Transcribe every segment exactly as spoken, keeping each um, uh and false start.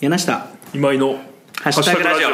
柳下今井のハッシュタグラジオ。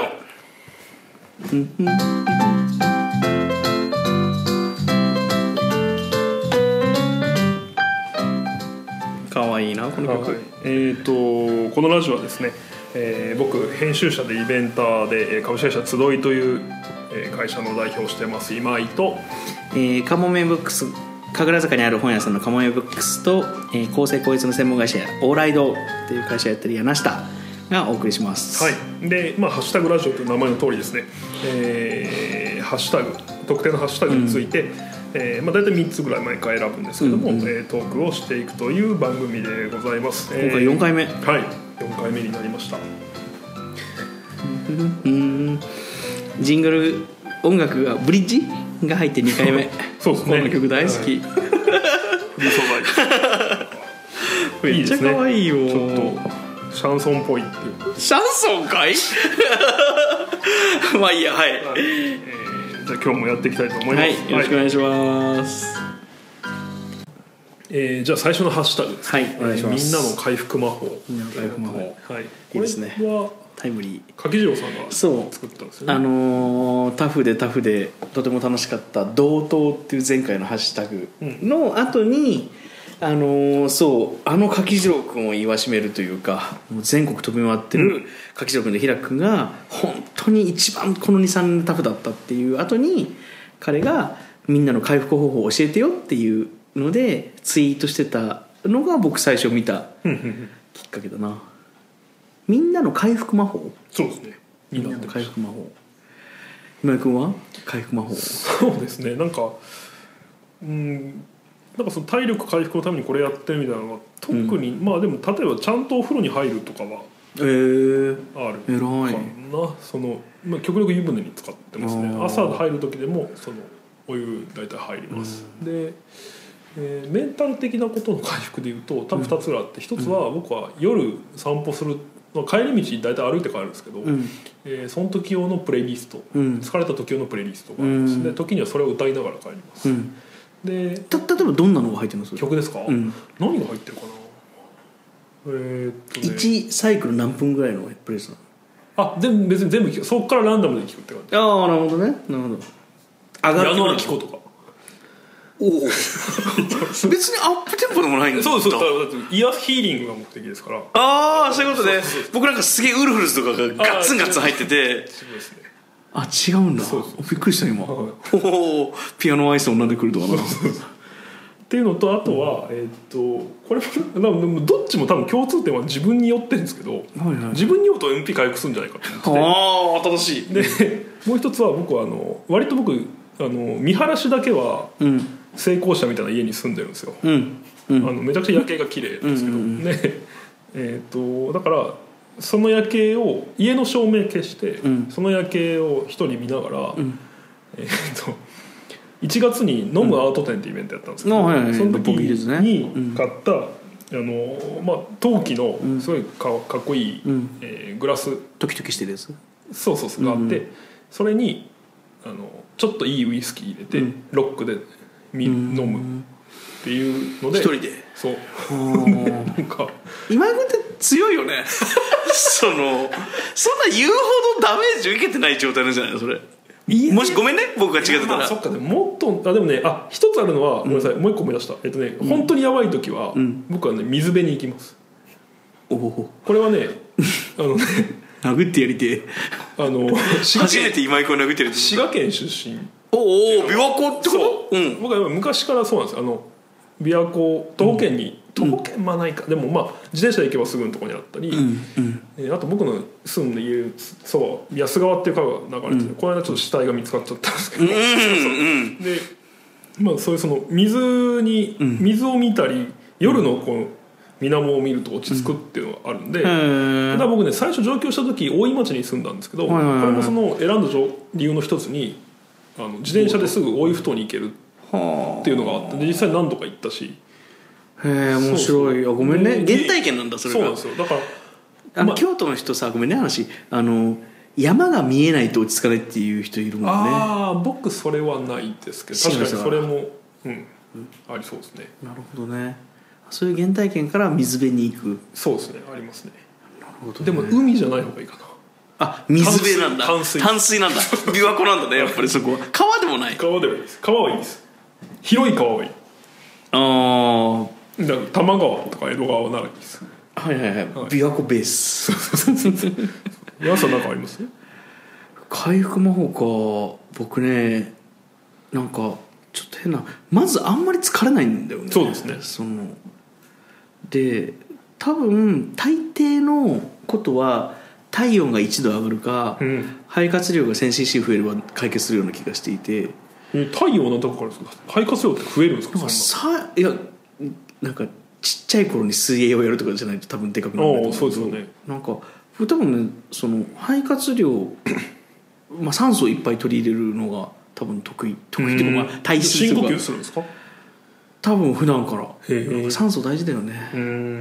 かわいいなこの曲。 えー、とこのラジオはですね、えー、僕編集者でイベンターで株式会社集いという会社の代表をしてます今井と、 えー、カモメブックス神楽坂にある本屋さんのカモメブックスと、えー、公正公立の専門会社オーライドという会社をやってる柳下がお送りします。 はい。で、まあ、ハッシュタグラジオという名前の通りですね、えー、ハッシュタグ特定のハッシュタグについて、うんえーまあ、大体みっつぐらい毎回選ぶんですけども、うんうんえー、トークをしていくという番組でございます。 今回よんかいめ、 えー、はいよんかいめになりました。 うんジングル音楽がブリッジが入ってにかいめそうですね、 この曲大好き、はい、 フリー素材めっちゃ可愛いよ。 ちょっとシャンソンっぽいっていう。 シャンソンかいまあいいや、はい、はいえー、じゃあ今日もやっていきたいと思います。はい、 よろしくお願いします。 はいえー、じゃあ最初のハッシュタグです、 はい、お願いします。 みんなの回復魔法。 みんなの回復魔法、はい、 これいいですね。 はタイムリー。 柿次郎さんが作ったんですよね。 あのー、タフでタフでとても楽しかった同等っていう前回のハッシュタグの後に、うん、あのー、そうあの柿次郎君を言わしめるというか、もう全国飛び回ってる柿次郎君で平君が本当に一番この にさんねんタフだったっていう後に、彼がみんなの回復方法を教えてよっていうのでツイートしてたのが僕最初見たきっかけだな。みんなの回復魔法。 そうですね、 みんなの回復魔法。今井君は回復魔法。 そうですね、なんかうんなんかその体力回復のためにこれやってるみたいなのが特に、うん、まあでも例えばちゃんとお風呂に入るとかはえー、 あるかな、 偉いその、まあ、極力湯船に使ってますね。朝入る時でもそのお湯大体入ります、うん、で、えー、メンタル的なことの回復でいうと多分ふたつぐらいあって、ひとつは僕は夜散歩する、まあ、帰り道大体歩いて帰るんですけど、うんえー、その時用のプレイリスト、うん、疲れた時用のプレイリストがあるんです、うん、で時にはそれを歌いながら帰ります、うん、でた例えばどんなのが入ってます？ 曲ですか、うん、何が入ってるかな。えーっとね、 いちサイクル何分ぐらいのプレイリストなの？ あでも別に全部聞く、そこからランダムで聞くって感じ。 ああなるほどね、なるほど。 上がってくる矢野明子とか。 おお別にアップテンポでもないんだ。 そうそう、だってイヤーヒーリングが目的ですから。 ああそういうことね。僕なんかすげえウルフルズとかがガッツンガッツン入ってて、あ違うんだ。そうそうびっくりした今、はい、おおピアノアイス女で来るとかなっていうのと、あとは、えー、っとこれもどっちも多分共通点は自分によってるんですけど、はいはい、自分によると エムピー 回復するんじゃないかと思ってて、 ああ新しい。 でもう一つは僕はあの割と僕あの見晴らしだけは成功者みたいな家に住んでるんですよ、うんうん、あのめちゃくちゃ夜景が綺麗ですけど、うんうんうん、で、えー、とだからその夜景を家の照明消して、うん、その夜景を一人見ながら、うんえー、といちがつに飲むアート展ってイベントやったんですけど、うん、その時に買った、あのまあ、陶器のすごい か, かっこいい、うんえー、グラストキトキしてるやつそうそうそうがあって、うん、それにあのちょっといいウイスキー入れて、うん、ロックでみ、うん、飲むっていうので一人でそうなんか今井君って強いよねそのそんな言うほどダメージ受けてない状態なんじゃないのそれ。もしごめんね僕が違ってたら、 まあ、そっかでももっとあでもねあ一つあるのは、うん、ごめんなさいもう一個思い出した、えっとね、うん、本当にやばい時は、うん、僕はね水辺に行きます。 おおこれはねあのね殴ってやりてあの初めて今井君を殴ってやりて滋賀県出身。 おお琵琶湖ってこと？ そう、うん、僕は昔からそうなんですよ。あの琵琶湖徒歩圏に、うん、徒歩圏まあないかでもまあ自転車で行けばすぐのところにあったり、うんうんえー、あと僕の住んで家そう安川っていう川が流れてて、うん、この間ちょっと死体が見つかっちゃったんですけど、うんうんうん、でまあそういうその水に水を見たり夜のこの水面を見ると落ち着くっていうのがあるんで、うん、ただ僕ね最初上京した時大井町に住んだんですけど、はいはいはい、これもその選んだ理由の一つにあの自転車ですぐ大井ふ頭に行けるっていうのがあって、で実際何度か行ったし。 へえ面白い。あごめんね原体験なんだそれが。 そうなんですよ。だからあの、ま、京都の人さごめんね話あの山が見えないと落ち着かないっていう人いるもんね。 ああ僕それはないですけど確かにそれも、うん、ありそうですね。 なるほどね。そういう原体験から水辺に行く。 そうですねありますね。 ほどね、 でも海じゃない方がいいかな。 あ、水辺なんだ。 淡水淡水なんだ。琵琶湖なんだね、やっぱりそこは。川でもない。 川ではいいです。川はいいです。広い川はいい。 ああ、 だから多摩川とか江戸川ならいいです。 はいはいはい、はい、琵琶湖ベース。 皆さん何かあります？ 回復魔法か。僕ね、なんかちょっと変な、まずあんまり疲れないんだよね。 そうですね。 そので多分大抵のことは体温がいちど上がるか、うん、肺活量が せんシーシー 増えれば解決するような気がしていて。 体温は何とかからですか？肺活量って増えるんですか？ なんかさ、いや、なんかちっちゃい頃に水泳をやるとかじゃないと多分でかくならないと思う。 そうですよね。 なんか多分ね、その肺活量まあ酸素をいっぱい取り入れるのが多分得意得意っていうか、まあ体質深呼吸するんですか？ 多分普段からなんか酸素大事だよね。うん、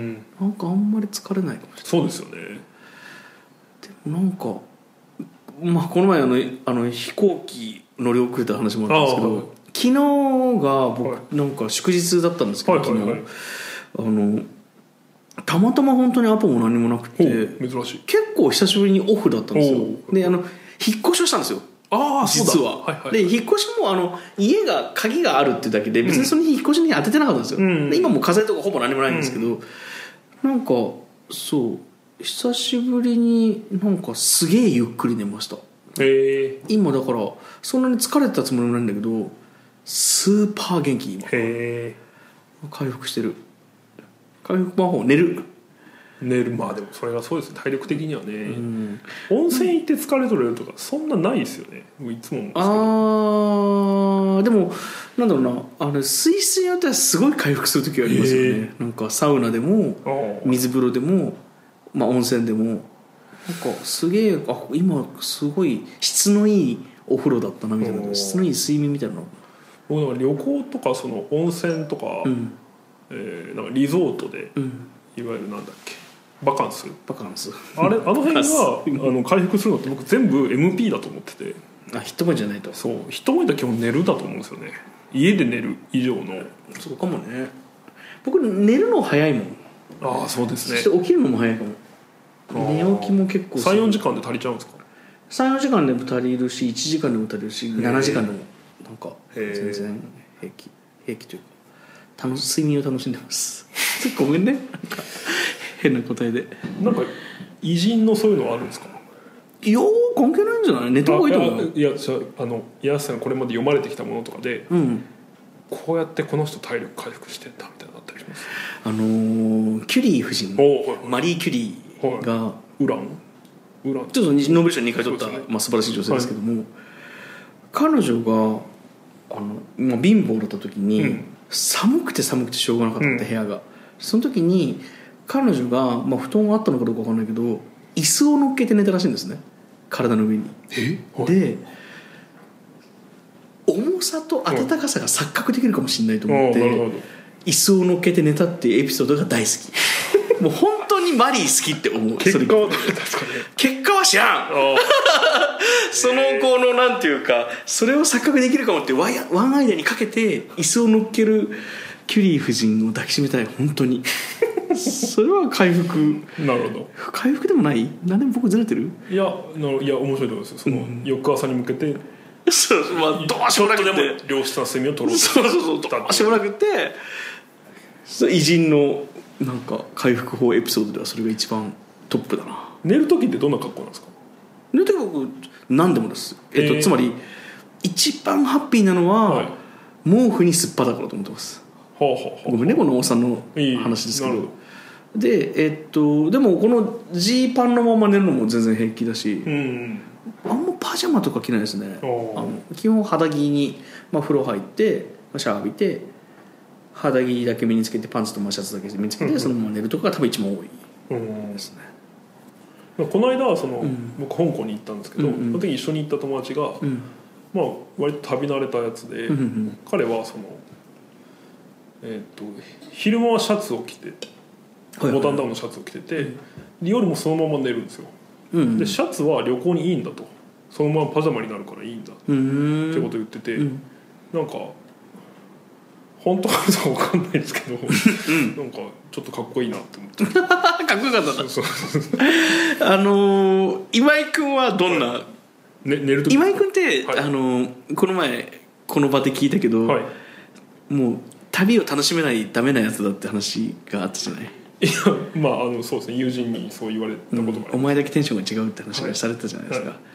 なんかあんまり疲れないかもしれない。 そうですよね。 でもなんかまあこの前あのあの飛行機乗り遅れた話もあったんですけど、はい、昨日が僕、はい、なんか祝日だったんですけど、はいはいはい、昨日あのたまたま本当にアポも何もなくて珍しい、 結構久しぶりにオフだったんですよ。であの引っ越しをしたんですよ。 ああ実は、はいはい、で引っ越しもあの家が鍵があるっていうだけで別にその日引っ越しに当ててなかったんですよ、うん、で今もう火災とかほぼ何もないんですけど、うん、なんかそう久しぶりになんかすげえゆっくり寝ました。 へ今だからそんなに疲れてたつもりもないんだけどスーパー元気今。 へ回復してる。回復魔法寝る寝る。まあでもそれがそうです体力的にはね、うん、温泉行って疲れ取れるとかそんなないですよね。もういつも思うんですけど。 あーでもなんだろうな、あの水質によってはすごい回復する時ありますよね。なんかサウナでも水風呂でも、まあ、温泉でもなんかすげえ、あ今すごい質のいいお風呂だったなみたいな、質のいい睡眠みたいな。 僕なんか旅行とかその温泉とか、うんえー、なんかリゾートで、うん、いわゆるなんだっけバカンスバカンスあれあの辺があの回復するのって僕全部 エムピー だと思ってて。 あヒットポイントじゃないと。 そうヒットポイントは基本寝るだと思うんですよね。家で寝る以上の。 そうかもね。僕寝るの早いもん。 ああそうですね。 そして起きるのも早いかも。寝起きも結構さん,よ 時間で足りちゃうんですか？ さん,よ 時間でも足りるしいちじかんでも足りるしななじかんでもなんか全然平気平気というか楽し睡眠を楽しんでますごめんねなんか変な答えで。 なんか偉人のそういうのはあるんですか？ いや関係ないんじゃない。寝た方がいいと思う。 いやあの岩瀬さんこれまで読まれてきたものとかで、うん、こうやってこの人体力回復してんだみたいなのあったりします？ あのー、キュリー夫人、はいはい、マリー・キュリーが、はい、 ウランウランちょっとノーベル賞にかい取った、ねまあ、素晴らしい女性ですけども、はい、彼女があの、まあ、貧乏だった時に、うん、寒くて寒くてしょうがなかったって、うん、部屋がその時に彼女が、まあ、布団があったのかどうか分かんないけど椅子を乗っけて寝たらしいんですね体の上に。 え、はい、 で重さと温かさが錯覚できるかもしれないと思って、はい、椅子を乗っけて寝たっていうエピソードが大好きもう本当にマリー好きって思う。 結果は結果は知らんその子のなんていうかそれを錯覚できるかもってワンワンアイデアにかけて椅子を乗っけるキュリー夫人を抱きしめたい本当にそれは回復。 なるほど。 回復でもない？何でも僕ずれてる？ いやいや面白いと思いますよ。その、うん、翌朝に向けてそう、まあ、どうしようもなくて良質な睡眠を取ろうとそうそうそうどうしようもなくて偉人のなんか回復法エピソードではそれが一番トップだな。 寝る時ってどんな格好なんですか？ 寝る時は僕何でもです、えっと、つまり一番ハッピーなのは、はい、毛布にすっぱだからと思ってます。 はあはあはあ、 ごめんねこのおっさんの話ですけど。いいでえっとでもこのジーパンのまま寝るのも全然平気だし、うん、あんまパジャマとか着ないですね。あの基本肌着に、まあ、風呂入ってシャワー浴びて肌着だけ身につけてパンツとマシャツだけ身につけて、うん、そのまま寝るとかが多分一番多いですね。 うん、この間はその、うん、僕香港に行ったんですけど、うんうん、その時一緒に行った友達が、うん、まあ割と旅慣れたやつで、うんうん、彼はその、えー、と昼間はシャツを着てボタンダウンのシャツを着てて、はいはい、夜もそのまま寝るんですよ。うんうん、でシャツは旅行にいいんだとそのままパジャマになるからいいんだってことを言ってて、うん、なんかは本当かどうか分かんないですけど、うん、なんかちょっとかっこいいなって思ってかっこよかったな。そうそうそうあのー、今井君はどんな、 ね、寝る時今井君って、はい、あのー、この前この場で聞いたけど、はい、もう旅を楽しめないダメなやつだって話があったじゃない。 いやまああのそうですね、友人にそう言われたことがある、 うん、お前だけテンションが違うって話がされてたじゃないですか、はいはい、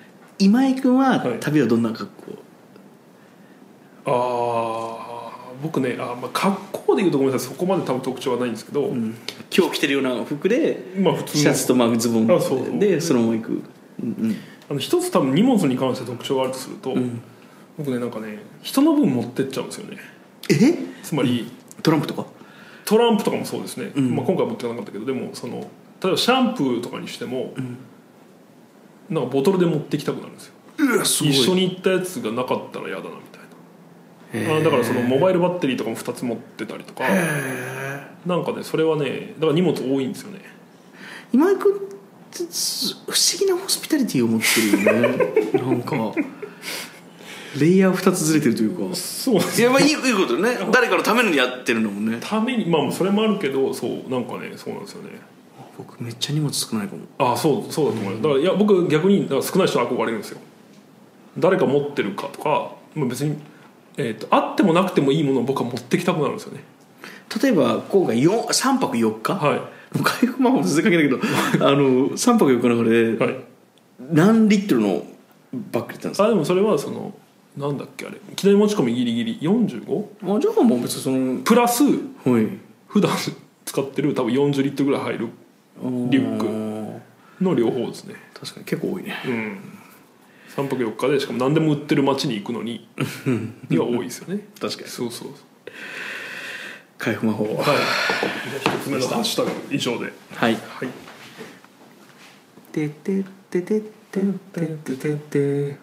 今井君は旅はどんな格好、 はい、ああ僕ねあ、まあ、格好でいうとごめんなさいそこまで多分特徴はないんですけど、うん、 今日着てるような服で、 まあ、普通シャツとまあズボンで、そうそうでそのまま行く、うんうん、 あの一つ多分荷物に関して特徴があるとすると、うん、僕ねなんかね人の分持ってっちゃうんですよね。 えつまり、 うん、トランプとかトランプとかもそうですね、うんまあ、今回は持ってなかったけどでもその例えばシャンプーとかにしても、うん、なんかボトルで持ってきたくなるんですよ。 うわすごい。 一緒に行ったやつがなかったら嫌だなみたいな。あだからそのモバイルバッテリーとかもふたつ持ってたりとかなんかねそれはねだから荷物多いんですよね。 今井君って不思議なホスピタリティを持ってるよねなんかレイヤーふたつずれてるというかそうですね。いやまあいいことね誰かのためにやってるのもねためにまあそれもあるけどそうなんかねそうなんですよね。 僕めっちゃ荷物少ないかも。 ああそうそうだと思います。だからいや僕逆にだから少ない人は憧れるんですよ。誰か持ってるかとか、まあ、別にえー、とあってもなくてもいいものを僕は持ってきたくなるんですよね。 例えば今回さんぱくよっか、はい、回復魔法全然関係ないけどあのさんぱくよっかの中で、はい、何リットルのバッグ入れたんですか。 あでもそれはそのなんだっけあれ機内持ち込みギリギリ よんじゅうご? あじゃあもう別にそのプラス、はい、普段使ってる多分よんじゅうリットルぐらい入るリュックの両方ですね。 確かに結構多いね。うんさんぱくよっかでしかも何でも売ってる街に行くのにには多いですよね確かにそうそう回復魔法はいじゃあひとつめのハッシュタグ以上ではいはいててててててててててて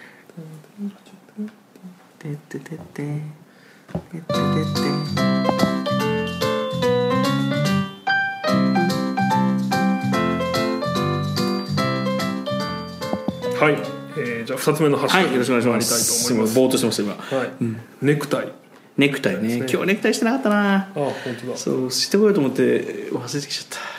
てててはい、えー、じゃあふたつめのハッシュタグ、はい、 よろしくお願いします。すみません、ぼーっとしてました今、 はいうん、ネクタイネクタイ ね, ね今日ネクタイしてなかったなあ。 本当だそうしてこようと思って忘れてきちゃった。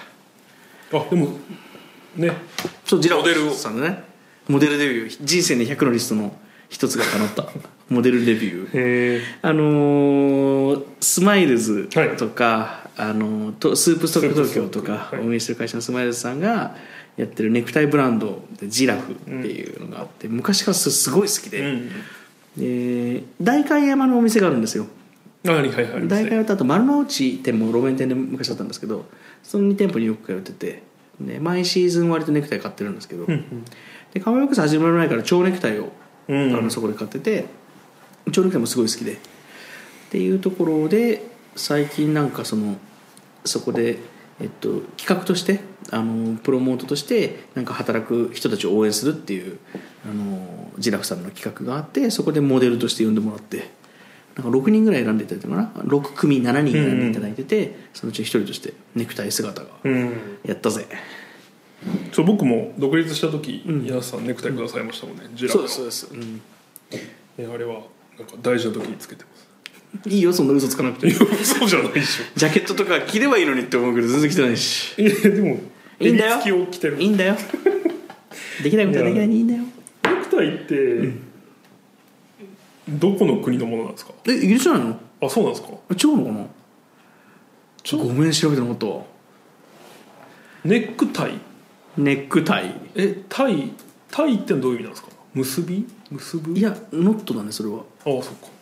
あでもねそうジラモデルさんのねモデルデビュー人生のひゃくのリストの一つが叶ったモデルデビューへあのー、スマイルズとか、はい、あのー、スープストック東京とか運営してる会社のスマイルズさんがやってるネクタイブランドでジラフっていうのがあって、うん、昔からすごい好きで、うん、で代官山のお店があるんですよ。 はいはいはい、 代官山とあと丸の内店も路面店で昔だったんですけどそのに店舗によく通っててで毎シーズン割とネクタイ買ってるんですけど、うんうん、でカマミックス始まる前から蝶ネクタイを、うん、あのそこで買ってて蝶ネクタイもすごい好きでっていうところで最近なんかそのそこでえっと、企画としてあのプロモートとしてなんか働く人たちを応援するっていうあのジラフさんの企画があってそこでモデルとして呼んでもらってなんかろくにんぐらい選んでいただいたかなろくくみしちにん選んでいただいてて、うんうん、そのうちひとりとしてネクタイ姿がやったぜ、 うん、そう僕も独立した時皆、うん、さんネクタイくださいましたもんね、うん、ジラフのそうですそうです、 うん、あれはなんか大事な時につけてますいいよそんな嘘つかなくてそうじゃないでしょジャケットとか着ればいいのにって思うけど全然着てないしいやでもいいんだよ襟付きを着てるいいんだよできないことはできないでいいんだよ。 ネクタイって、うん、どこの国のものなんですか。 えイギリスじゃないの。 あそうなんですか。 違うのかなちょごめん調べてなかったわ。 ネックタイネックタイえタイタイってどういう意味なんですか。結び結ぶいやノットだねそれは。ああそっか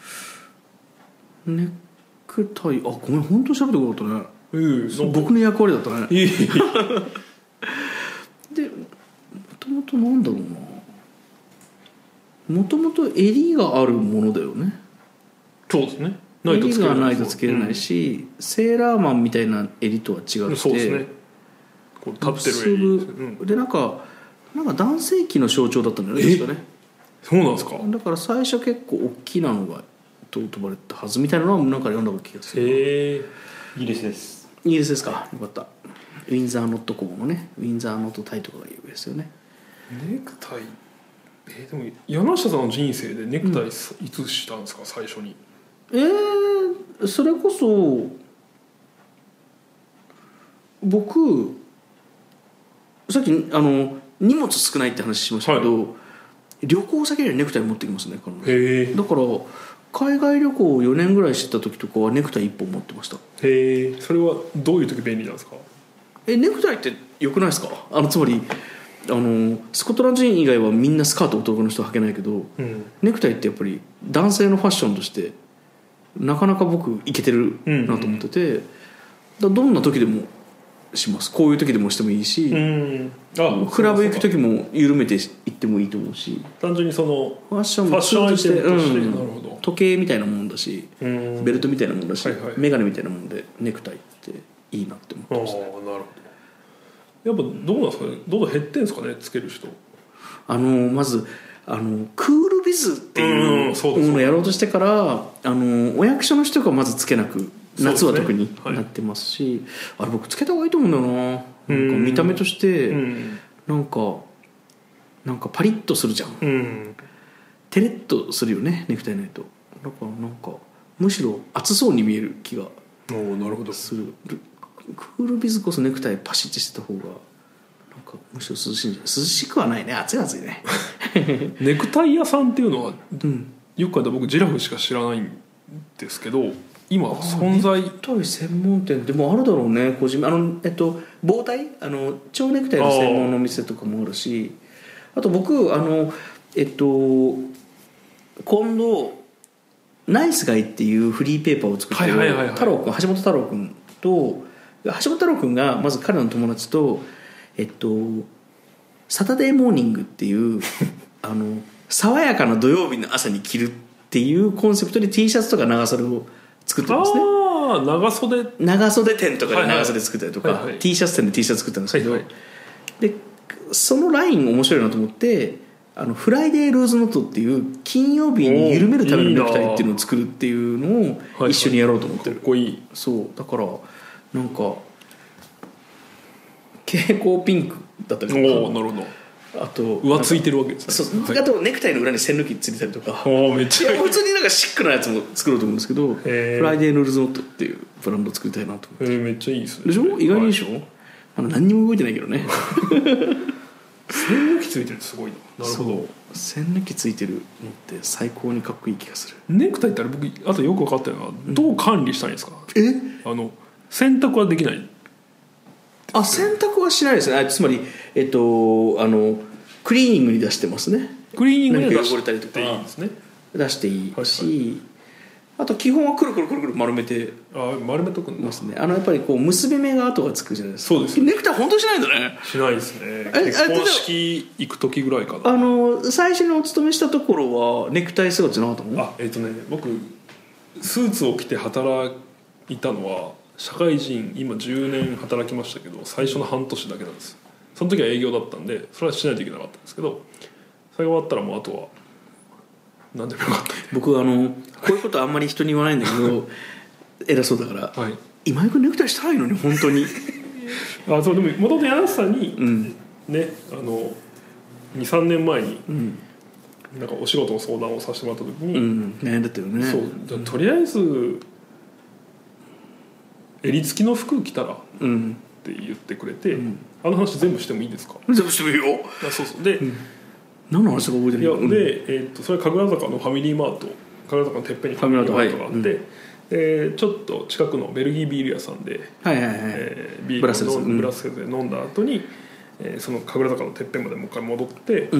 ネックタイあごめん本当調べてこなかったね、 えー、 僕の役割だったねいいでもともとなんだろうなもともと襟があるものだよね。 そうですね襟がないとつけれないし、うん、セーラーマンみたいな襟とは違ってそうですねこう立ってる襟、 うん、でなんかなんか男性器の象徴だったんだよね確かね。 そうなんですか。 だから最初結構大きなのがと飛ばれたはずみたいなのはなんか読んだ気がする。 へえイギリスですイギリスですか。よかった。ウィンザーノットコムのねウィンザーノットタイとかが有名ですよね。 ネクタイえー、でも柳下さんの人生でネクタイいつしたんですか、うん、最初に。 えーそれこそ僕さっきあの荷物少ないって話しましたけど、はい、旅行先にはネクタイ持ってきますね。 へだから海外旅行をよねんぐらいしてた時とかはネクタイいっぽん持ってました。 へえ。それはどういう時便利なんですか？ えネクタイって良くないですか？あのつまりあのスコットランド人以外はみんなスカート男の人は履けないけど、うん、ネクタイってやっぱり男性のファッションとしてなかなか僕イケてるなと思ってて、うんうん、だどんな時でもします。こういう時でもしてもいいし、うん、あクラブ行く時も緩めて行ってもいいと思うし、 単純にそのファッションもツールとして、 うん、 なるほど、 時計みたいなもんだし、うん、ベルトみたいなもんだし、はいはい、メガネみたいなもんでネクタイっていいなって思ってますね。 ああ、なるほど。やっぱどうなんですかね、どんどん減ってんですかね、つける人。 あのまずあのクールビズっていうものをやろうとしてから、あのお役所の人がまずつけなく、夏は特になってますし、はい、あれ僕つけた方がいいと思うんだよな。なんか見た目としてなんかなんかパリッとするじゃん、うん、テレッとするよね、ネクタイないと。だからなんかむしろ暑そうに見える気がする。なるほど。クールビズこそネクタイパシッとしてた方がなんかむしろ涼しいんじゃない。涼しくはないね、暑い暑いねネクタイ屋さんっていうのは、うん、よくあった僕ジラフしか知らないんですけど、今存在ネクタイ専門店でもあるだろうね。個人あの、えっと、棒タイあの蝶ネクタイの専門の店とかもあるし、 あ, あと僕あのえっと今度ナイスガイっていうフリーペーパーを作ってる太郎君、橋本太郎君と、橋本太郎君がまず彼の友達と、えっとサタデーモーニングっていうあの爽やかな土曜日の朝に着るっていうコンセプトで T シャツとか長袖を作ってるんですね。 あ長袖長袖店とかで長袖作ったりとか、はいはい、T シャツ店で T シャツ作ったんですけど、はいはい、でそのライン面白いなと思って、あのフライデールーズノートっていう金曜日に緩めるためのネクタイっていうのを作るっていうのを一緒にやろうと思ってる、 はいはい、かっこいい。 そうだからなんか蛍光ピンクだったりとか、 おなるほど、 あと浮ついてるわけですね。 そう、はい、あとネクタイの裏に線抜きついてたりとか、 おめっちゃいい。 いや普通になんかシックなやつも作ろうと思うんですけど、フライデールーズノートっていうブランドを作りたいなと思って。 えー、めっちゃいいですね。 でしょ、意外にいいでしょ、はい、あの何にも動いてないけどね線抜きついてるってすごいな。なるほど。 線抜きついてるのって最高にかっこいい気がする。 ネクタイってあれ僕あとよく分かったのはどう管理したいんですか、 うん、えあの洗濯はできない。 あ洗濯はしないですね。つまりえっとあのクリーニングに出してますね。 クリーニングに出していいですね。出していいし、はいはい、あと基本はくるくるくるくる丸めてあ丸めとくんますね。あのやっぱりこう結び目が跡がつくじゃないですか。 そうです。 ネクタイ本当にしないんだね。 しないですね。結婚式行く時ぐらいかな。 あの最初にお勤めしたところはネクタイ姿じゃなかったの？ あえっとね僕スーツを着て働いたのは社会人今じゅうねん働きましたけど最初の半年だけなんです。その時は営業だったんでそれはしないといけなかったんですけど、それが終わったらもうあとは何でもよかった。 僕あのこういうことあんまり人に言わないんだけど偉そうだから、はい、今井君ネクタイしたいのに本当にあそうでも元々柳さんに、うん、ねあの にさんねんまえに、うん、なんかお仕事の相談をさせてもらった時に、うん、 悩んだったよね。 そうとりあえず襟付きの服着たら、うん、って言ってくれて、うん、あの話全部してもいいですか？ 全部してもいいよ。 あそうそうで、うん、 何の話か覚えてない。 いや、うん、で、えー、とそれは神楽坂のファミリーマート、神楽坂のてっぺんにファミリーマートがあって、はいでちょっと近くのベルギービール屋さんで、はいはいはいえー、ビールをブラスセスで飲んだ後に、えー、その神楽坂のてっぺんまでもう一回戻って、うん、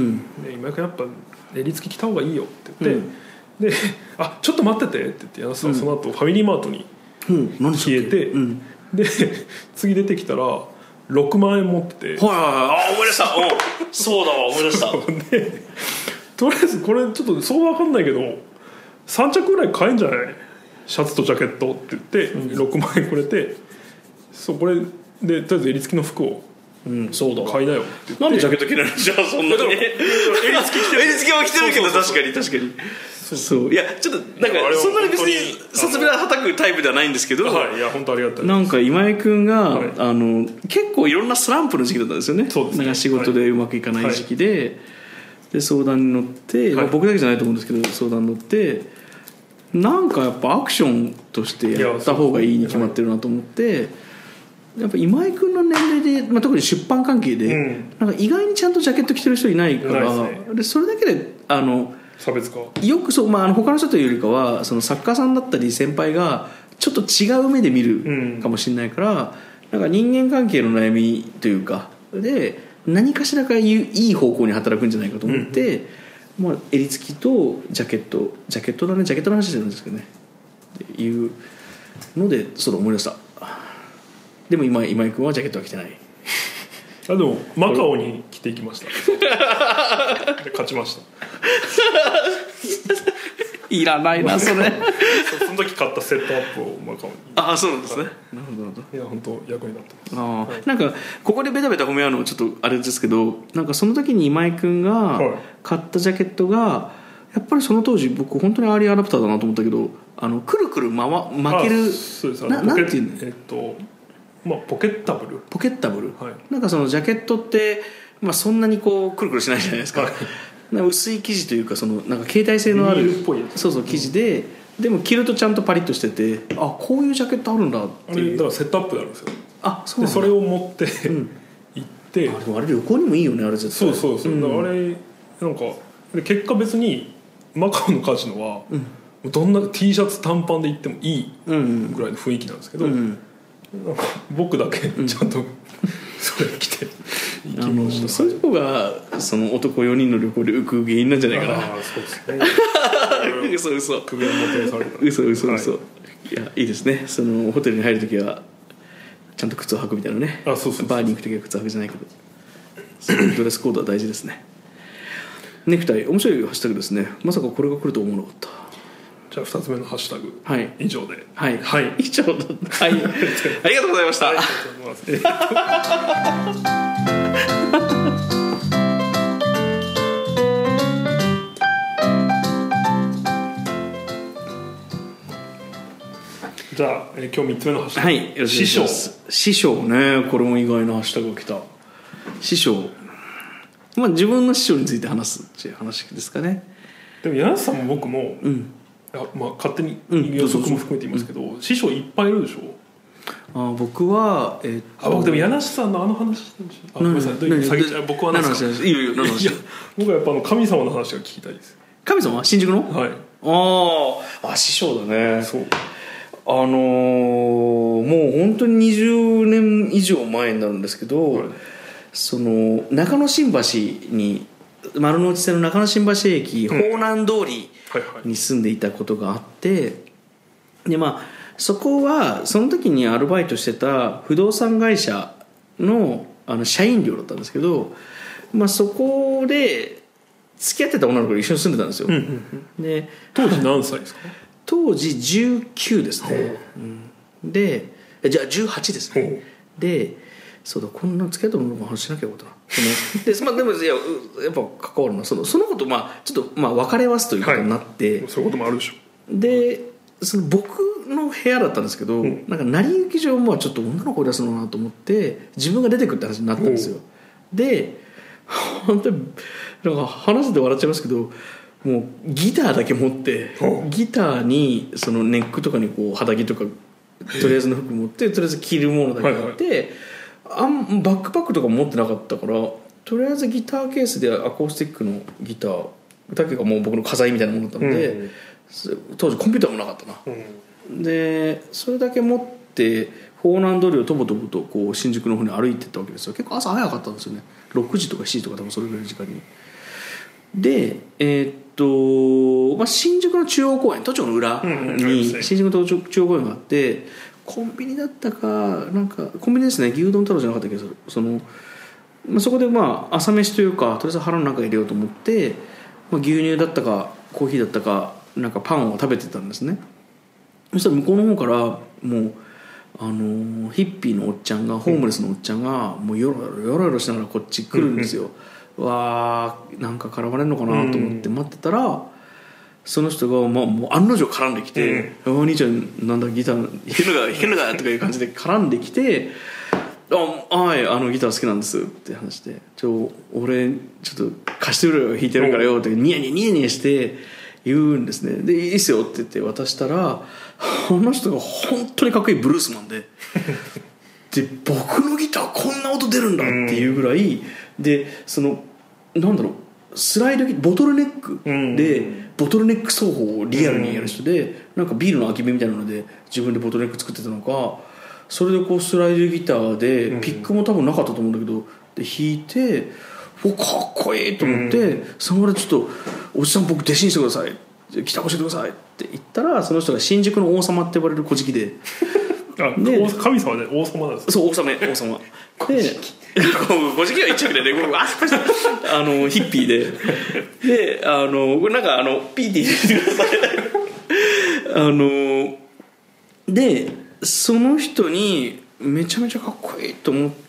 で今井君やっぱ襟付き着た方がいいよって言って、うん、であちょっと待っててって言って柳さん、うん、その後ファミリーマートに消えて、うん、で次出てきたらろくまんえん持ってて、はいはいはい、 あ思い出したそうだわ思い出したでとりあえずこれちょっとそう分かんないけどさん着ぐらい買えんじゃないシャツとジャケットって言って、うん、ろくまんえんくれてそうこれでとりあえず襟付きの服を買いなよって言って、 なんでジャケット着ないのじゃあそんなに襟付き着てる襟付きは着てるけど確かに確かにそうそういやちょっとなんかそんなに別にさすがはたくタイプではないんですけど、 はい、いや本当ありがたい。 なんか今井君が、はい、あの結構いろんなスランプの時期だったんですよね。そうですね。なんか仕事でうまくいかない時期で、はい、で相談に乗って、はいまあ、僕だけじゃないと思うんですけど相談に乗ってなんかやっぱアクションとしてやった方がいいに決まってるなと思って、やっぱ今井君の年齢で、まあ、特に出版関係で、うん、なんか意外にちゃんとジャケット着てる人いないから、ね、でそれだけであの差別化よくそう、まあ、あの他の人というよりかはその作家さんだったり先輩がちょっと違う目で見るかもしれないから、うん、なんか人間関係の悩みというかで何かしらがいい方向に働くんじゃないかと思って、うん、まあ、襟付きとジャケットジャケットだねジャケットの話してるんですけどねっていうのでそれ思い出した。でも 今, 今井君はジャケットは着てない。 あでもマカオに着ていきましたで勝ちましたいらないなそれその時買ったセットアップをマカオに。 ああそうなんですね、はい、なるほどなるほど。 いや本当役になってます。 あ、はい、なんかここでベタベタ褒め合うのもちょっとあれですけど、なんかその時に今井君が買ったジャケットがやっぱりその当時僕本当にアーリーアダプターだなと思ったけど、あのくるくる回巻ける、 そうですななんていうの、 えっとまあ、ポケッタブルポケッタブル、 はい、 なんかそのジャケットって、まあ、そんなにこうくるくるしないじゃないですか、はい、なんか薄い生地というかそのなんか携帯性のあるビニールっぽいやつ、 そうそう生地で、でも着るとちゃんとパリッとしてて、あこういうジャケットあるんだっていう。 あれだからセットアップであるんですよ。 あそうなんだ。 でそれを持って、うん、行ってあでもあれ旅行にもいいよねあれ絶対。 そうそうそう、うん、だからあれなんか結果別にマカオのカジノは、うん、どんな T シャツ短パンで行ってもいいぐらいの雰囲気なんですけど、うんうんなんか僕だけちゃんとそれ着て行きました、うん、 そういう子がその男よにんの旅行で浮く原因なんじゃないかな。 ああそうですね嘘嘘首を元にされた嘘嘘嘘、はい、いやいいですね。そのホテルに入るときはちゃんと靴を履くみたいなね。 あそうそうそうバーに行くときは靴履くじゃないけどそのドレスコードは大事ですね。ネクタイ面白いハッシュタグですね。まさかこれが来ると思わなかった。 じゃあふたつめのハッシュタグ、 はい、 以上ではい、 はい、 以上はいありがとうございました、はい、ありがとうございますじゃあ、えー、今日みっつめのハッシュタグ、 はい、よろしくお願いします。師匠ね、これも意外なハッシュタグが来た。師匠、まあ自分の師匠について話すっていう話ですかね。 でも柳瀬さんも僕も、うんあまあ、勝手に予測も含めて言いますけど、うん、師匠いっぱいいるでしょ。 あ僕は、えー、っとあ僕でも柳瀬さんのあの話してほしい。あごめんなさい、僕は何ですか。いいよいいよいや僕はやっぱあの神様の話が聞きたいです。 神様新宿の、 はい、 ああ師匠だね。 そうあのー、もう本当ににじゅうねん以上前になるんですけど、はい、その中野新橋に丸の内線の中野新橋駅、うん、方南通りに住んでいたことがあって、でまあそこはその時にアルバイトしてた不動産会社 の, あの社員寮だったんですけど、まあ、そこで付き合ってた女の子が一緒に住んでたんですよ、うんうんうん、で当時何歳ですか。 当時じゅうきゅうですね、うん、でじゃあじゅうはちですね。でそうだこんな付き合った女の子の話しなきゃよかったなで、まあ、でもいややっぱ関わるなそのその子と、まあ、ちょっとまあ別れますということになって、 はい、そういうこともあるでしょ。 でその僕の部屋だったんですけど、うん、なんか成り行き上もちょっと女の子出すのなと思って自分が出てくって話になったんですよ。で本当になんか話して笑っちゃいますけどもうギターだけ持ってギターにそのネックとかにこう肌着とかとりあえずの服持ってとりあえず着るものだけあって、はいはい、あんバックパックとか持ってなかったからとりあえずギターケースでアコースティックのギターだけがもう僕の家財みたいなものだったので、うん、当時コンピューターもなかったな、うん、でそれだけ持って方南通りをとぼとぼとこう新宿の方に歩いてったわけですよ。結構朝早かったんですよね。ろくじとかしちじとか多分それぐらいの時間に。でえー、っと、まあ、新宿の中央公園都庁の裏に新宿の中央公園があってコンビニだったかなんかコンビニですね牛丼太郎じゃなかったけどその、まあ、そこでまあ朝飯というかとりあえず腹の中入れようと思って、まあ、牛乳だったかコーヒーだったかなんかパンを食べてたんですね。そしたら向こうの方からもうあのヒッピーのおっちゃんがホームレスのおっちゃんがもうヨロヨロヨロヨロしながらこっち来るんですよ、うん、わーなんか絡まれるのかなと思って待ってたら、うん、その人が、まあ、もう案の定絡んできて「うん、お兄ちゃんなんだギター弾けるのか弾けるのか」とかいう感じで絡んできて「あはいあのギター好きなんです」って話して「ちょ俺ちょっと貸してくれよ弾いてるからよ」ってニヤニヤニヤニヤしてい言うんですね。でいいっすよって言って渡したら、あの人が本当にかっこいいブルースマンでで僕のギターこんな音出るんだっていうぐらいで、そのなんだろうスライドボトルネックでボトルネック奏法をリアルにやる人で、なんかビールの空き瓶みたいなので自分でボトルネック作ってたのか、それでこうスライドギターでピックも多分なかったと思うんだけどで弾いて、おかっこいいと思って、その場でちょっとおじさん僕弟子にしてください、ギター教えてくださいって言ったら、その人が新宿の王様って呼ばれる小敷であで神様で王様なんですか。 そう王様王様で小敷は一着でね僕ああのヒッピーでであのなんかあのピーティー入れてくださいあのでその人にめちゃめちゃかっこいいと思って、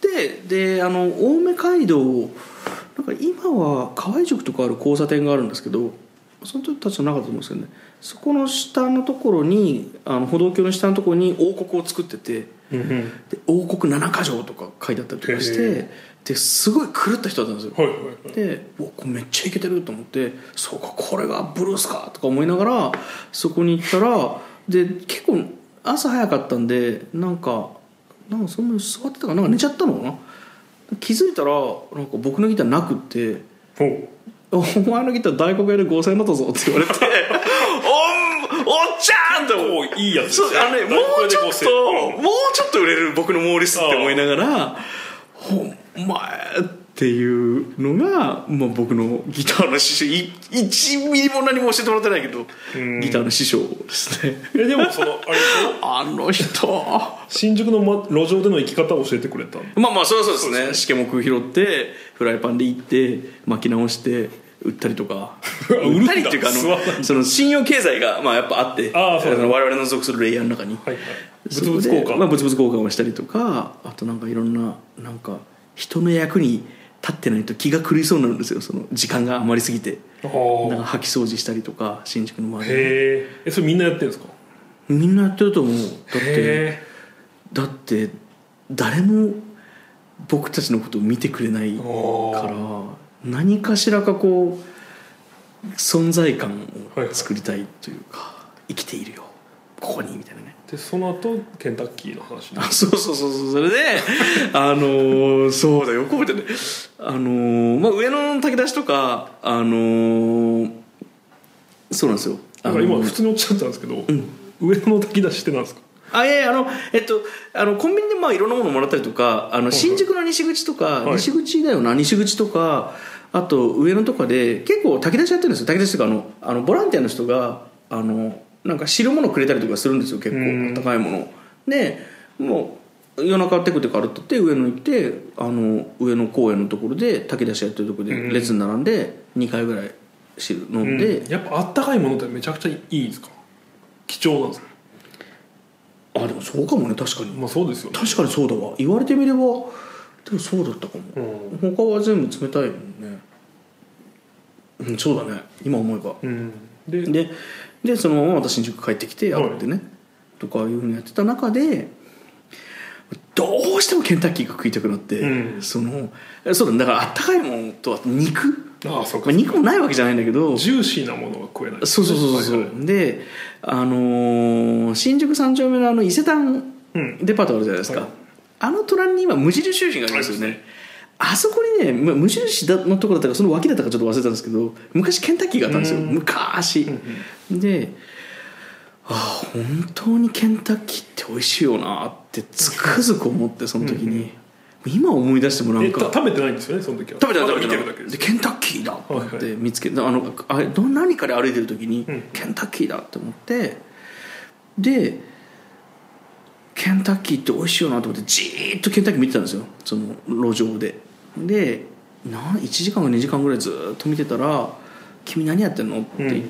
であの青梅街道なんか今は河合塾とかある交差点があるんですけど、その時たちはなかったと思うんですけどね、そこの下のところにあの歩道橋の下のところに王国を作ってて、うんうん、で王国七か条とか書いてあったりとかして、ですごい狂った人だったんですよ、はいはいはい、でおこれめっちゃイケてると思って、そうかこれがブルースかとか思いながらそこに行ったら、で結構朝早かったんでなんかなんかそんなに座ってたからなんか寝ちゃったのかな、気づいたらなんか僕のギターなくって、お前のギター大黒屋でごせんえんだったぞって言われてお, おっちゃんといいやつですね、 あのね、もうちょっともうちょっと売れる僕のモーリスって思いながらお前っていうのが、まあ、僕のギターの師匠いいちミリも何も教えてもらってないけどギターの師匠ですね。 えでもそのあれあの人新宿の、ま、路上での生き方を教えてくれた。 まあまあそれはそうですね。試験木拾ってフライパンで行って巻き直して売ったりとか売ったりっていうかあのその信用経済がまあやっぱあって、あそう我々の属するレイヤーの中に、はいはい、 物々交換、 まあ、物々交換をしたりとか、あとなんかいろんななんか人の役に立ってないと気が狂いそうになるんですよ、その時間が余りすぎて。なんか掃き掃除したりとか新宿の周りで。 へえ、それみんなやってるんですか。 みんなやってると思う。だってだって誰も僕たちのことを見てくれないから何かしらかこう存在感を作りたいというか、はい、生きているよここにみたいなね。 でその後ケンタッキーの話、 あそうそうそうそう、それであのー、そうだよく覚えてるね、あのーまあ、上野の炊き出しとかあのー、そうなんですよ。 だから今普通におっしゃったんですけど、うん、上野の炊き出しって何ですか。 あいやいやあのえっとあのコンビニでまあいろんなものもらったりとか、あの新宿の西口とか、はい、西口だよな西口とかあと上野とかで結構炊き出しやってるんですよ。炊き出しとかあのあのボランティアの人があのなんか汁物くれたりとかするんですよ、結構高いもので。もう夜中テクテク歩ってって上野行ってあの上野公園のところで炊き出しやってるところで列に並んでにかいぐらい汁飲んで、 うん、やっぱあったかいものってめちゃくちゃいいんですか。貴重なんですか。 あでもそうかもね、確かに。 まあそうですよね。 確かにそうだわ、言われてみればでもそうだったかも、うん、他は全部冷たいもんね、うん、そうだね今思えば、うん、でででそのまままた新宿帰ってきて会ってね、はい、とかいうふうにやってた中でどうしてもケンタッキーが食いたくなって、うん、そのそうだだからあったかいものとあと肉、ああそうか、まあ、肉もないわけじゃないんだけどジューシーなものが食えない、ね、 そうそうそうそう、はいはい、であのー、新宿三丁目のあの伊勢丹デパートあるじゃないですか、うんはい、あの隣に今無印良品がありますよね、はい、あそこにね無印のところだったかその脇だったかちょっと忘れたんですけど昔ケンタッキーがあったんですよ、昔、うんうん、でああ本当にケンタッキーって美味しいよなってつくづく思って、その時に、うん、今思い出してもなんか食べてないんですよねその時は。 食べてない食べてないでケンタッキーだと思って見つけて、はいはい、あのあ何かで歩いてる時に、うん、ケンタッキーだって思って、でケンタッキーって美味しいよなと思ってじーっとケンタッキー見てたんですよ、その路上で。でないちじかんかにじかんぐらいずっと見てたら「君何やってんの?」って言って、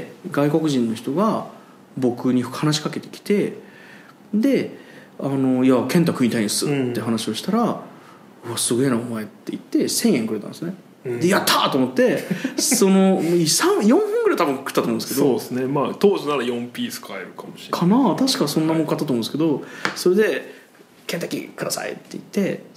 うん、外国人の人が僕に話しかけてきて、であのいやケンタ食いたいんですって話をしたら、うん、うわすげえなお前って言ってせんえんくれたんですね、うん、でやったーと思ってそのよんほんぐらい多分食ったと思うんですけど、 そうですね、まあ当時ならよんピース買えるかもしれないかな、確かそんなもん買ったと思うんですけど、それでケンタッキーくださいって言ってその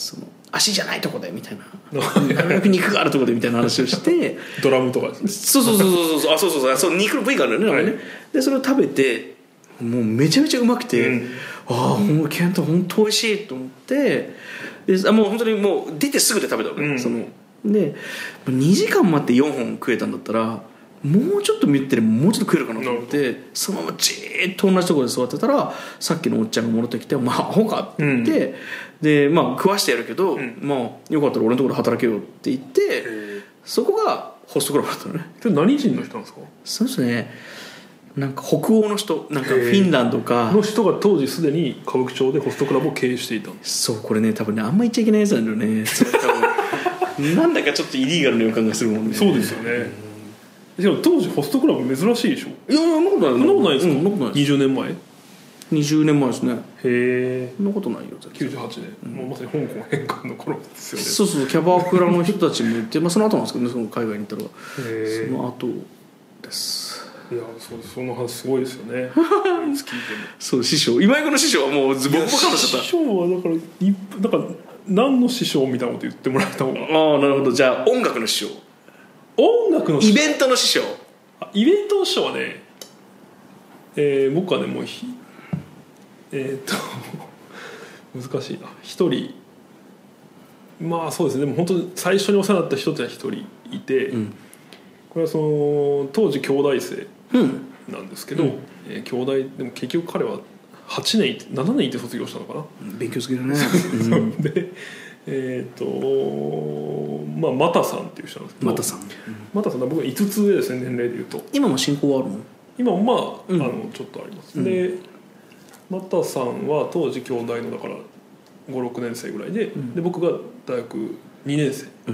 足じゃないとこでみたいななるべく肉があるとこでみたいな話をしてドラムとかそうそうそうそうそうあそうそうそうそう肉の部位があるよね、はい、ねでそれを食べてもうめちゃめちゃうまくて、うん、ああもうケンタ本当美味しいと思ってでもう本当にもう出てすぐで食べたわけ、ねうん、そのでにじかん待ってよんほん食えたんだったらもうちょっと見てればもうちょっと食えるかなと思ってそのままじーっと同じところで座ってたらさっきのおっちゃんが戻ってきて「まあアホか」って言って、うん、でまあ食わしてやるけど、うん、まあよかったら俺のところで働けよって言ってそこがホストクラブだったのね。 それ何人の人なんですか？ そうですねなんか北欧の人なんかフィンランドかの人が当時すでに歌舞伎町でホストクラブを経営していたんです。 そうこれね多分ねあんま言っちゃいけないやつなんだよね多分なんだかちょっとイリーガルな予感がするもんね。 そうですよね。でも当時ホストクラブ珍しいでしょ。 いやいやそんなことないそんなことないですか、 うん、そんなことないにじゅうねんまえにじゅうねんまえですね。へえそんなことないよきゅうじゅうはちねん、うん、もうまさに香港返還の頃ですよね。 そうそうキャバクラの人たちもいて、まあ、その後なんですけどねその海外に行ったらへその後ですいやそうその話すごいですよね聞いてもそう師匠今井君の師匠はもう僕ばっかりしちゃった。 師匠はだからだから何の師匠みたいなこと言ってもらえた方がああなるほどじゃあ音楽の師匠音楽の師匠イベントの師匠イベントの師匠はね、えー、僕はねもうひえー、っと難しいな一人まあそうですねでも本当に最初にお世話になった人ってのは一人いて、うん、これはその当時京大生なんですけど、うんえー、京大でも結局彼ははちねんいてななねんいて卒業したのかな。 勉強好きだねでえーとまあ、マタさんっていう人なんですけどマタさん、うん、 マタさんは僕はいつつ上ですね年齢でいうと。 今も進行はあるの？ 今もまあ、うん、あのちょっとあります、うん、でマタさんは当時京大のだからごろくねん生ぐらいで、うん、で僕が大学にねん生、うん、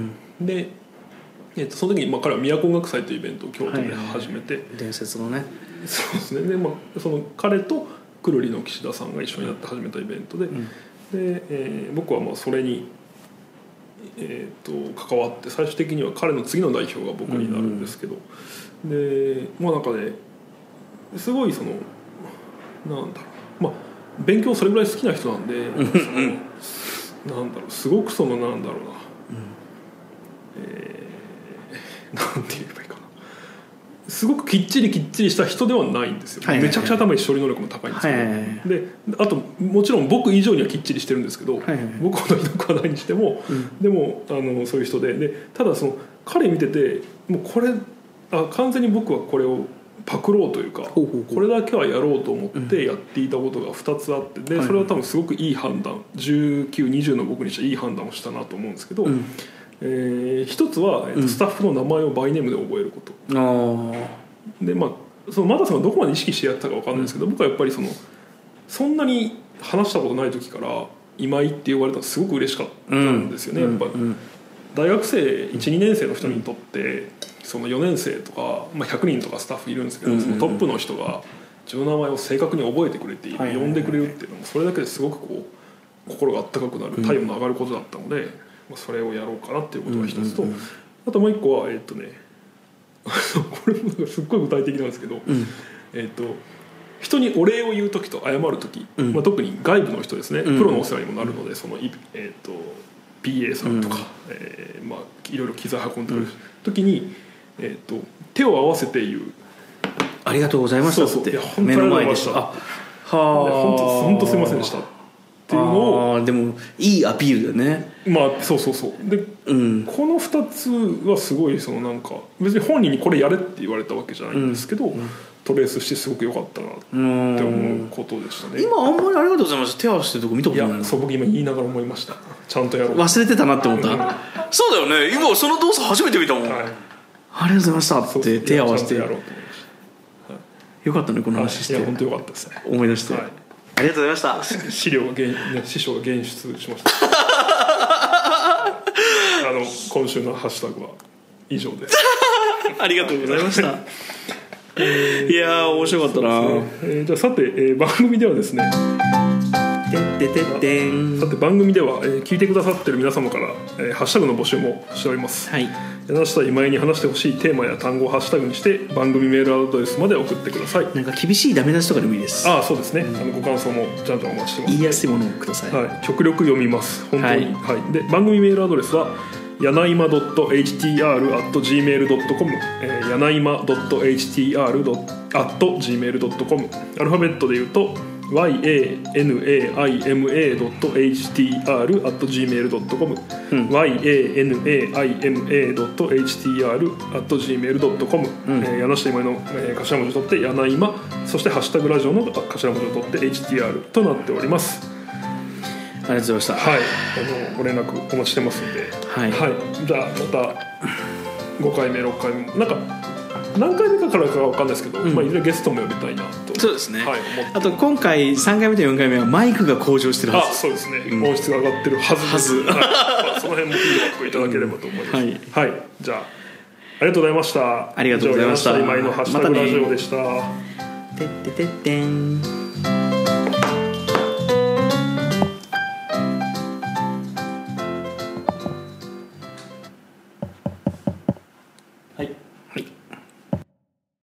で、えー、とその時に、まあ、彼は都音楽祭というイベントを京都で始めて、はいはい、 伝説のねそうですねで、まあ、その彼とくるりの岸田さんが一緒になって始めたイベントで、うん、でえー、僕はまあそれにえー、と関わって最終的には彼の次の代表が僕になるんですけど、うんうん、でまあなんかねすごいそのなんだろうまあ勉強それぐらい好きな人なんでそのなんだろうすごくそのなんだろうな、うんえー、なんて言えばいいかなすごくきっちりきっちりした人ではないんですよ、はいはいはい、めちゃくちゃ頭に処理能力も高いんですけど、はいはいはい、であともちろん僕以上にはきっちりしてるんですけど、はいはいはい、僕ほどひどくはないにしても、うん、でもあのそういう人 で, でただその彼見ててもうこれあ完全に僕はこれをパクろうというかほうほうほうこれだけはやろうと思ってやっていたことがふたつあってでそれは多分すごくいい判断じゅうきゅう、にじゅうの僕にしていい判断をしたなと思うんですけど、うんえー、一つは、えーと、スタッフの名前をバイネームで覚えること、うん、あでまあそのマタさんがどこまで意識してやったか分かんないですけど、うん、僕はやっぱりそのそんなに話したことない時から今井って言われたらすごく嬉しかったんですよね、うん、やっぱ、うん、大学生 いち,に 年生の人にとってそのよねん生とか、まあ、ひゃくにんとかスタッフいるんですけど、うん、そのトップの人が自分の名前を正確に覚えてくれている、はいはいはい、呼んでくれるっていうのもそれだけですごくこう心が温かくなる体温の上がることだったので、うんまあ、それをやろうかなっていうことが一つと、うんうんうん、あともう一個はえーっとねこれもすっごい具体的なんですけど、うん、えーっと人にお礼を言う時と謝る時、うんまあ、特に外部の人ですね、うん、プロのお世話にもなるのでその、えー、と ピーエー さんとか、うんえーまあ、いろいろ機材運んでくる時に、えー、と手を合わせて言うありがとうございましたってそうそういや本当にありがとうございましたあは本当すいませんでしたっていうのをあでもいいアピールだよねまあそうそうそうで、うん、このふたつはすごいそのなんか別に本人にこれやれって言われたわけじゃないんですけど、うんうんトレースしてすごく良かったなって思うことでしたね。 今あんまりありがとうございます手合わせてるとこ見たことないな。 いやそう僕今言いながら思いましたちゃんとやろう忘れてたなって思った、うん、そうだよね今その動作初めて見たもん、はい、ありがとうございましたって手合わせてやろうと思いました、はい、よかったねこの話して、 はい、いや本当よかったですね思い出して、はい、ありがとうございました資料が現、ね、師匠が現出しましたあの今週のハッシュタグは以上ですありがとうございましたいやー面白かったな、 ねえー、じゃあさて、えー、番組ではですねてってってん。 さて番組では、えー、聞いてくださっている皆様から、えー、ハッシュタグの募集もしております。 はい。 柳下今井に話してほしいテーマや単語をハッシュタグにして番組メールアドレスまで送ってください。 なんか厳しいダメ出しとかでもいいです。 ああそうですね、うん、あのご感想もじゃんじゃんお待ちしてます。 言いやすいものをください。 はい、極力読みます本当に、はいはい、で番組メールアドレスはやないま .htr アット ジーメールドットコム やないま .htr アット ジーメールドットコム アルファベットで言うと ヤナイマ ドット エイチティーアール アット ジーメールドットコム ヤナイマ ドット エイチティーアール アット ジーメールドットコム 柳下今井の、えー、頭文字取ってやないま、そしてハッシュタグラジオの頭文字を取って エイチティーアール となっております。 ありがとうございました。 はい、あのご連絡お待ちしてますので、 はい、 はい、じゃあまたごかいめろっかいめなんか何回目かからかは分かんないですけど、うん、まあ、いずれゲストも呼びたいなと。 そうですね、 はい、 あと今回さんかいめとよんかいめはマイクが向上してるはず。 あ、そうですね、うん、音質が上がってるはずです、はい、まあ、その辺もフィードバックいただければと思います、うん、はい、はい、じゃあありがとうございました。 ありがとうございました。 今井のハッシュタグラジオでした。 てっててってん。